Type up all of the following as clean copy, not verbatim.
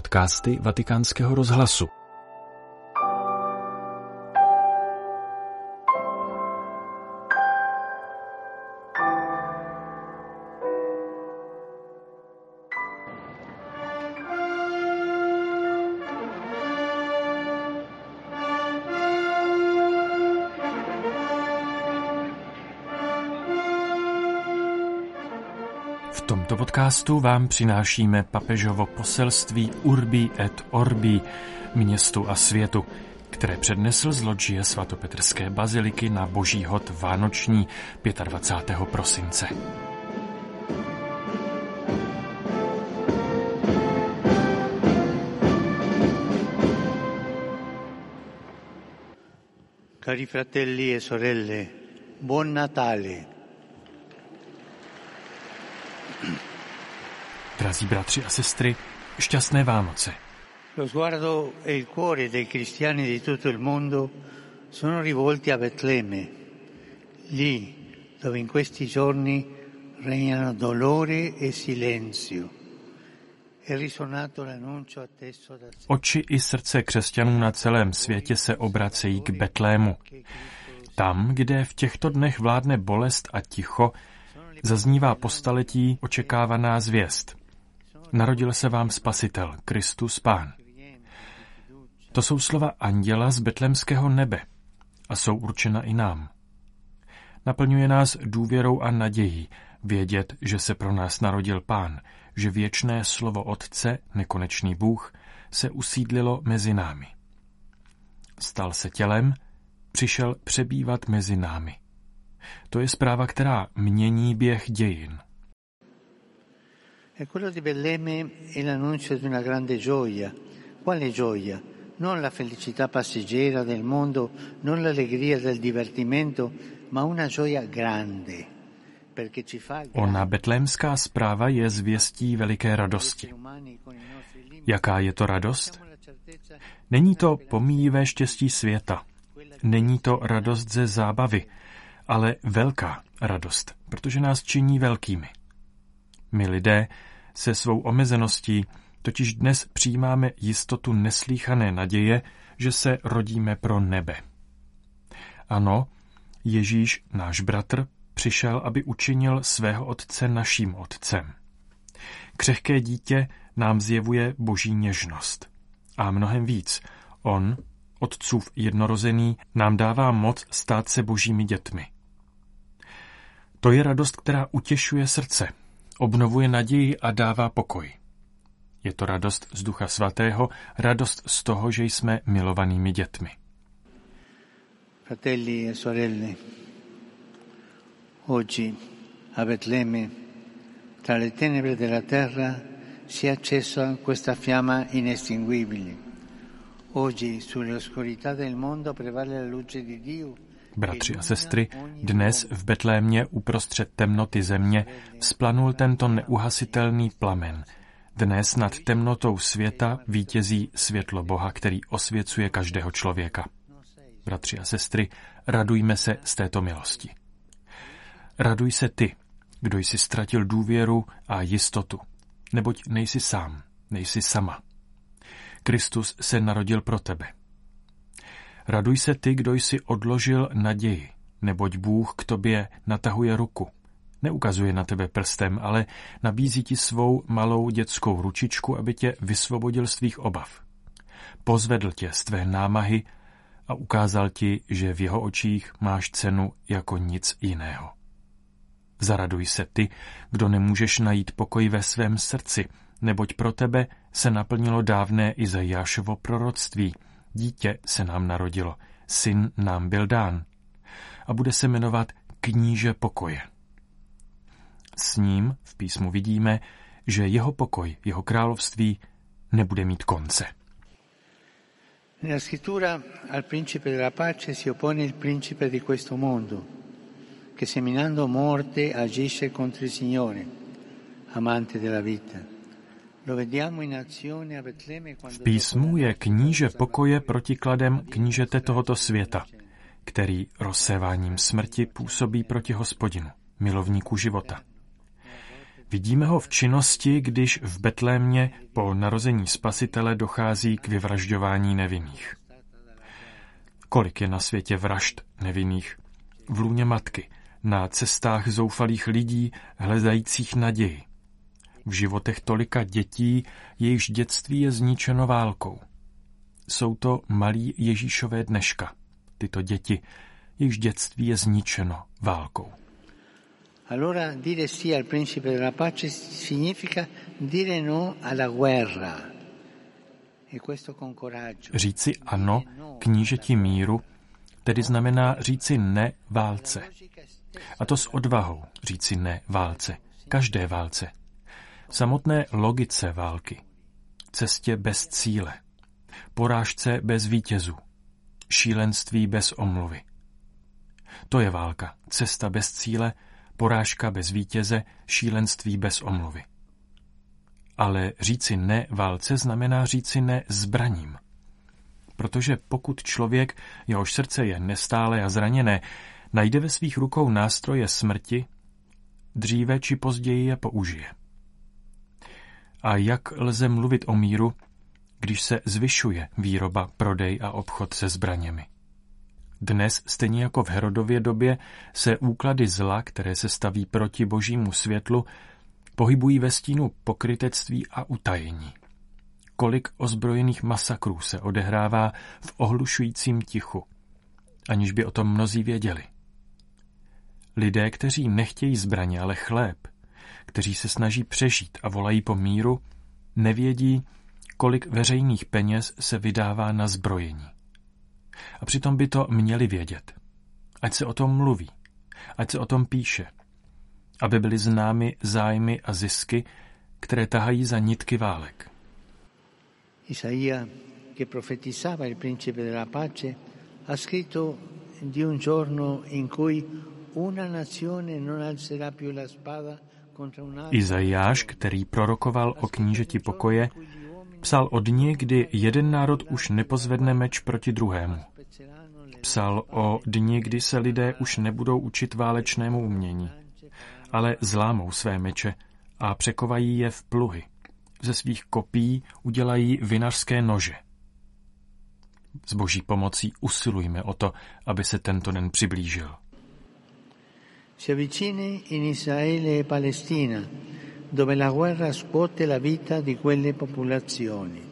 podcasty Vatikánského rozhlasu. V tomto podcastu vám přinášíme papežovo poselství Urbi et Orbi, městu a světu, které přednesl z lodžie svatopetrské baziliky na Boží hod vánoční 25. prosince. Cari fratelli e sorelle, buon Natale. Drazí bratři a sestry, šťastné Vánoce. Lo sguardo e il cuore dei cristiani di tutto il mondo sono rivolti a Betlemme, lì dove in questi giorni regnano dolore e silenzio. È risonato l'annuncio atteso da... Oči i srdce křesťanů na celém světě se obracejí k Betlému. Tam, kde v těchto dnech vládne bolest a ticho, zaznívá po staletí očekávaná zvěst. Narodil se vám Spasitel, Kristus Pán. To jsou slova anděla z betlémského nebe a jsou určena i nám. Naplňuje nás důvěrou a nadějí vědět, že se pro nás narodil Pán, že věčné slovo Otce, nekonečný Bůh, se usídlilo mezi námi. Stal se tělem, přišel přebývat mezi námi. To je zpráva, která mění běh dějin. E quello di Betlemme è l'annuncio di una grande gioia. Quale gioia? Non la felicità passeggera del mondo, non l'allegria del divertimento, ma una gioia grande. Perché ci fa... Ona betlémská zpráva je zvěstí veliké radosti. Jaká je to radost? Není to pomíjivé štěstí světa. Není to radost ze zábavy, ale velká radost, protože nás činí velkými. My lidé se svou omezeností totiž dnes přijímáme jistotu neslýchané naděje, že se rodíme pro nebe. Ano, Ježíš, náš bratr, přišel, aby učinil svého otce naším otcem. Křehké dítě nám zjevuje boží něžnost. A mnohem víc, on, otcův jednorozený, nám dává moc stát se božími dětmi. To je radost, která utěšuje srdce, obnovuje naději a dává pokoj. Je to radost z Ducha Svatého, radost z toho, že jsme milovanými dětmi. Fratelli e sorelle, oggi a Betlemme, tra le tenebre della terra, si è accesa questa fiamma inestinguibile. Oggi sulle oscurità del mondo prevale la luce di Dio. Bratři a sestry, dnes v Betlémě uprostřed temnoty země vzplanul tento neuhasitelný plamen. Dnes nad temnotou světa vítězí světlo Boha, který osvěcuje každého člověka. Bratři a sestry, radujme se z této milosti. Raduj se ty, kdo jsi ztratil důvěru a jistotu, neboť nejsi sám, nejsi sama. Kristus se narodil pro tebe. Raduj se ty, kdo jsi odložil naději, neboť Bůh k tobě natahuje ruku. Neukazuje na tebe prstem, ale nabízí ti svou malou dětskou ručičku, aby tě vysvobodil z tvých obav. Pozvedl tě z tvé námahy a ukázal ti, že v jeho očích máš cenu jako nic jiného. Zaraduj se ty, kdo nemůžeš najít pokoj ve svém srdci, neboť pro tebe se naplnilo dávné Izajášovo proroctví. Dítě se nám narodilo, syn nám byl dán a bude se jmenovat Kníže pokoje. S ním v písmu vidíme, že jeho pokoj, jeho království nebude mít konce. Nella scrittura al principe della pace si oppone il principe di questo mondo, che seminando morte agisce contro il Signore, amante della vita. V písmu je kníže pokoje protikladem knížete tohoto světa, který rozséváním smrti působí proti Hospodinu, milovníku života. Vidíme ho v činnosti, když v Betlémě po narození Spasitele dochází k vyvražďování nevinných. Kolik je na světě vražd nevinných? V lůně matky, na cestách zoufalých lidí hledajících naději. V životech tolika dětí, jejichž dětství je zničeno válkou. Jsou to malí Ježíšové dneška, tyto děti, jejichž dětství je zničeno válkou. Allora dire sì al principe della pace significa dire no alla guerra. E questo con coraggio. Říci ano knížeti míru, tedy znamená říci ne válce. A to s odvahou říci ne válce, každé válce. Samotné logice války, cestě bez cíle, porážce bez vítězů, šílenství bez omluvy. To je válka, cesta bez cíle, porážka bez vítěze, šílenství bez omluvy. Ale říci ne válce znamená říci ne zbraním. Protože pokud člověk, jehož srdce je nestálé a zraněné, najde ve svých rukou nástroje smrti, dříve či později je použije. A jak lze mluvit o míru, když se zvyšuje výroba, prodej a obchod se zbraněmi? Dnes, stejně jako v Herodově době, se úklady zla, které se staví proti božímu světlu, pohybují ve stínu pokrytectví a utajení. Kolik ozbrojených masakrů se odehrává v ohlušujícím tichu, aniž by o tom mnozí věděli. Lidé, kteří nechtějí zbraně, ale chléb, kteří se snaží přežít a volají po míru, nevědí, kolik veřejných peněz se vydává na zbrojení. A přitom by to měli vědět. Ať se o tom mluví, ať se o tom píše, aby byly známy zájmy a zisky, které tahají za nitky válek. Isaia, che profetizzava il principe della pace, ha scritto di un giorno in cui una nazione non alzerà più la spada contro un'altra. Izajáš, který prorokoval o knížeti pokoje, psal o dni, kdy jeden národ už nepozvedne meč proti druhému. Psal o dni, kdy se lidé už nebudou učit válečnému umění, ale zlámou své meče a překovají je v pluhy. Ze svých kopí udělají vinařské nože. S boží pomocí usilujme o to, aby se tento den přiblížil. Si avvicini in Israele e Palestina, dove la guerra scuote la vita di quelle popolazioni.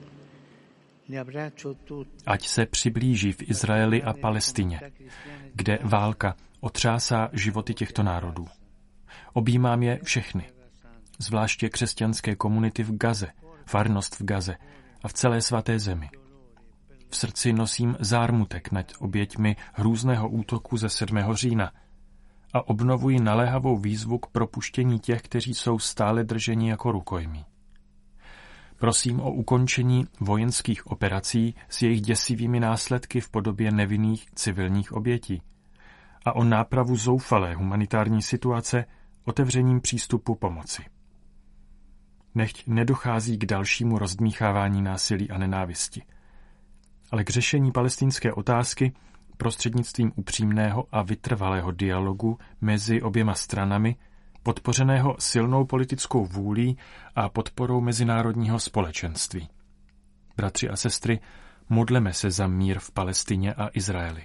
Ať se přiblíží v Izraeli a Palestině, kde válka otřásá životy těchto národů. Objímám je všechny, zvláště křesťanské komunity v Gaze, farnost v Gaze a v celé svaté zemi. V srdci nosím zármutek nad oběťmi hrůzného útoku ze 7. října a obnovuji naléhavou výzvu k propuštění těch, kteří jsou stále drženi jako rukojmí. Prosím o ukončení vojenských operací s jejich děsivými následky v podobě nevinných civilních obětí a o nápravu zoufalé humanitární situace otevřením přístupu pomoci. Nechť nedochází k dalšímu rozdmíchávání násilí a nenávisti, ale k řešení palestinské otázky prostřednictvím upřímného a vytrvalého dialogu mezi oběma stranami, podpořeného silnou politickou vůlí a podporou mezinárodního společenství. Bratři a sestry, modleme se za mír v Palestině a Izraeli.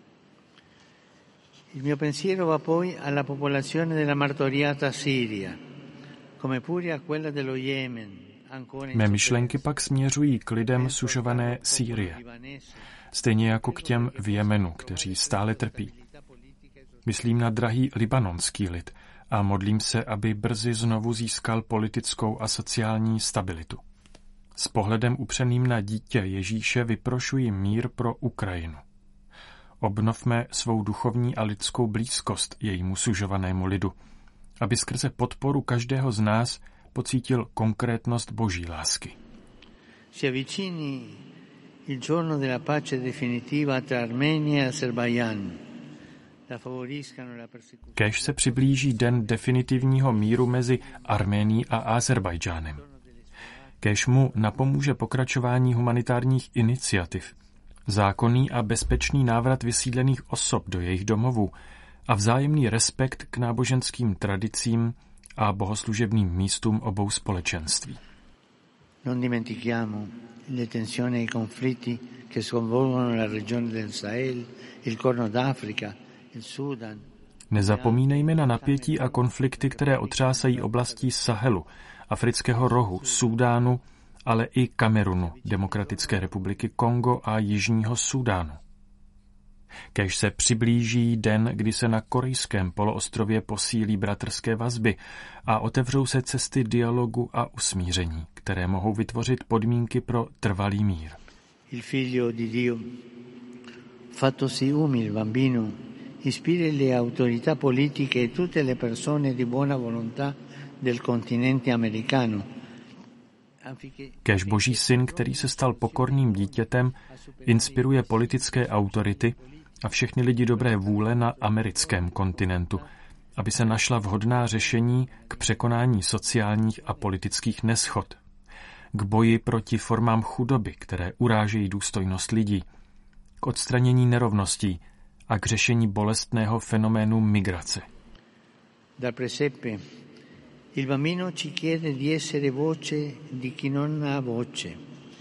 Il mio pensiero va poi alla popolazione della martoriata Siria, come pure a quella dello Yemen. Mé myšlenky pak směřují k lidem sužované Sýrie, stejně jako k těm v Jemenu, kteří stále trpí. Myslím na drahý libanonský lid a modlím se, aby brzy znovu získal politickou a sociální stabilitu. S pohledem upřeným na dítě Ježíše vyprošuji mír pro Ukrajinu. Obnovme svou duchovní a lidskou blízkost jejímu sužovanému lidu, aby skrze podporu každého z nás pocítil konkrétnost boží lásky. Si avvicini il giorno della pace definitiva tra Armenia e Azerbaijan. Kéž se přiblíží den definitivního míru mezi Arménií a Azerbajdžánem. Kéž mu napomůže pokračování humanitárních iniciativ, zákonný a bezpečný návrat vysídlených osob do jejich domovů a vzájemný respekt k náboženským tradicím a bohoslužebným místům obou společenství. Non dimentichiamo le tensioni e i conflitti che sconvolgono la regione del Sahel, il Corno d'Africa, il Sudan. Nezapomínejme na napětí a konflikty, které otřásají oblastí Sahelu, Afrického rohu, Súdánu, ale i Kamerunu, Demokratické republiky Kongo a Jižního Súdánu. Kéž se přiblíží den, kdy se na korejském poloostrově posílí bratrské vazby a otevřou se cesty dialogu a usmíření, které mohou vytvořit podmínky pro trvalý mír. Il figlio di Dio, fattosi umile bambino, ispira le autorità politiche e tutte le persone di buona volontà del continente americano. Kéž Boží syn, který se stal pokorným dítětem, inspiruje politické autority a všechny lidi dobré vůle na americkém kontinentu, aby se našla vhodná řešení k překonání sociálních a politických neshod, k boji proti formám chudoby, které urážejí důstojnost lidí, k odstranění nerovností a k řešení bolestného fenoménu migrace. Dal presepe, il bambino ci chiede di essere voce di chi non ha voce.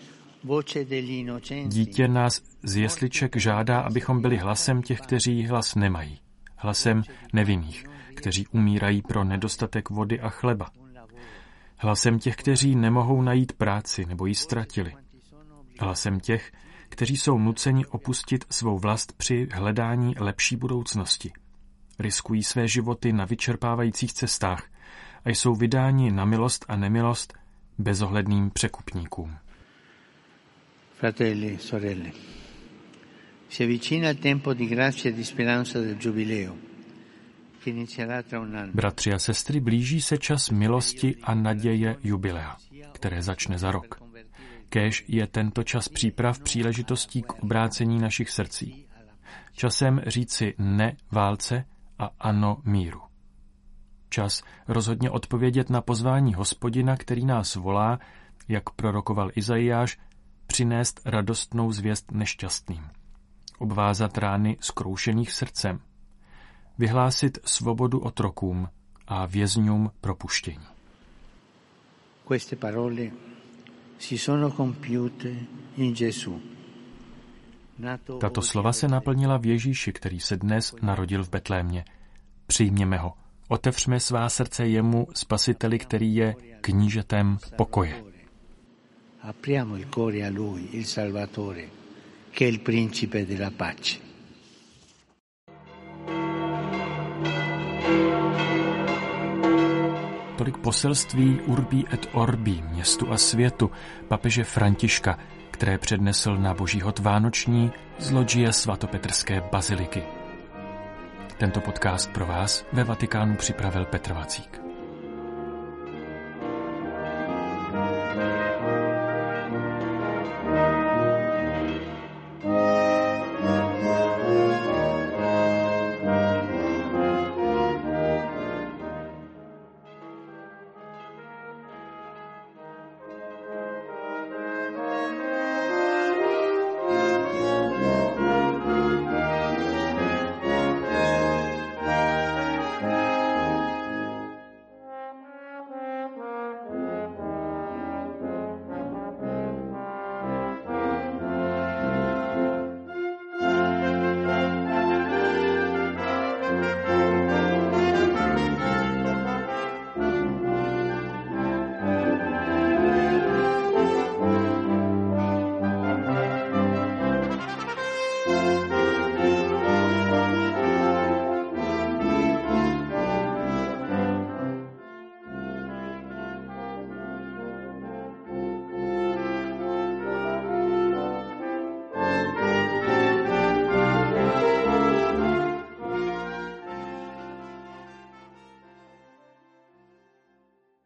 Dítě nás z jesliček žádá, abychom byli hlasem těch, kteří hlas nemají. Hlasem nevinných, kteří umírají pro nedostatek vody a chleba. Hlasem těch, kteří nemohou najít práci nebo ji ztratili. Hlasem těch, kteří jsou nuceni opustit svou vlast při hledání lepší budoucnosti. Riskují své životy na vyčerpávajících cestách a jsou vydáni na milost a nemilost bezohledným překupníkům. Fratelli, sorelle, si avvicina il tempo di grazia e di speranza del Giubileo, che inizierà tra un anno. Bratři a sestry, blíží se čas milosti a naděje jubilea, které začne za rok. Kéž je tento čas příprav příležitostí k obrácení našich srdcí. Časem říci ne válce a ano míru. Čas rozhodně odpovědět na pozvání Hospodina, který nás volá, jak prorokoval Izajáš, přinést radostnou zvěst nešťastným, obvázat rány zkroušených srdcem, vyhlásit svobodu otrokům a vězňům propuštění. Queste parole si sono compiute in Gesù. Tato slova se naplnila v Ježíši, který se dnes narodil v Betlémě. Přijměme ho, otevřme svá srdce jemu, Spasiteli, který je knížetem pokoje. Apriamo il cuore a lui, il Salvatore, che è il principe della pace. Tolik poselství Urbi et Orbi, městu a světu, papeže Františka, které přednesl na Božíhod vánoční z lodžie svatopetrské baziliky. Tento podcast pro vás ve Vatikánu připravil Petr Vacík.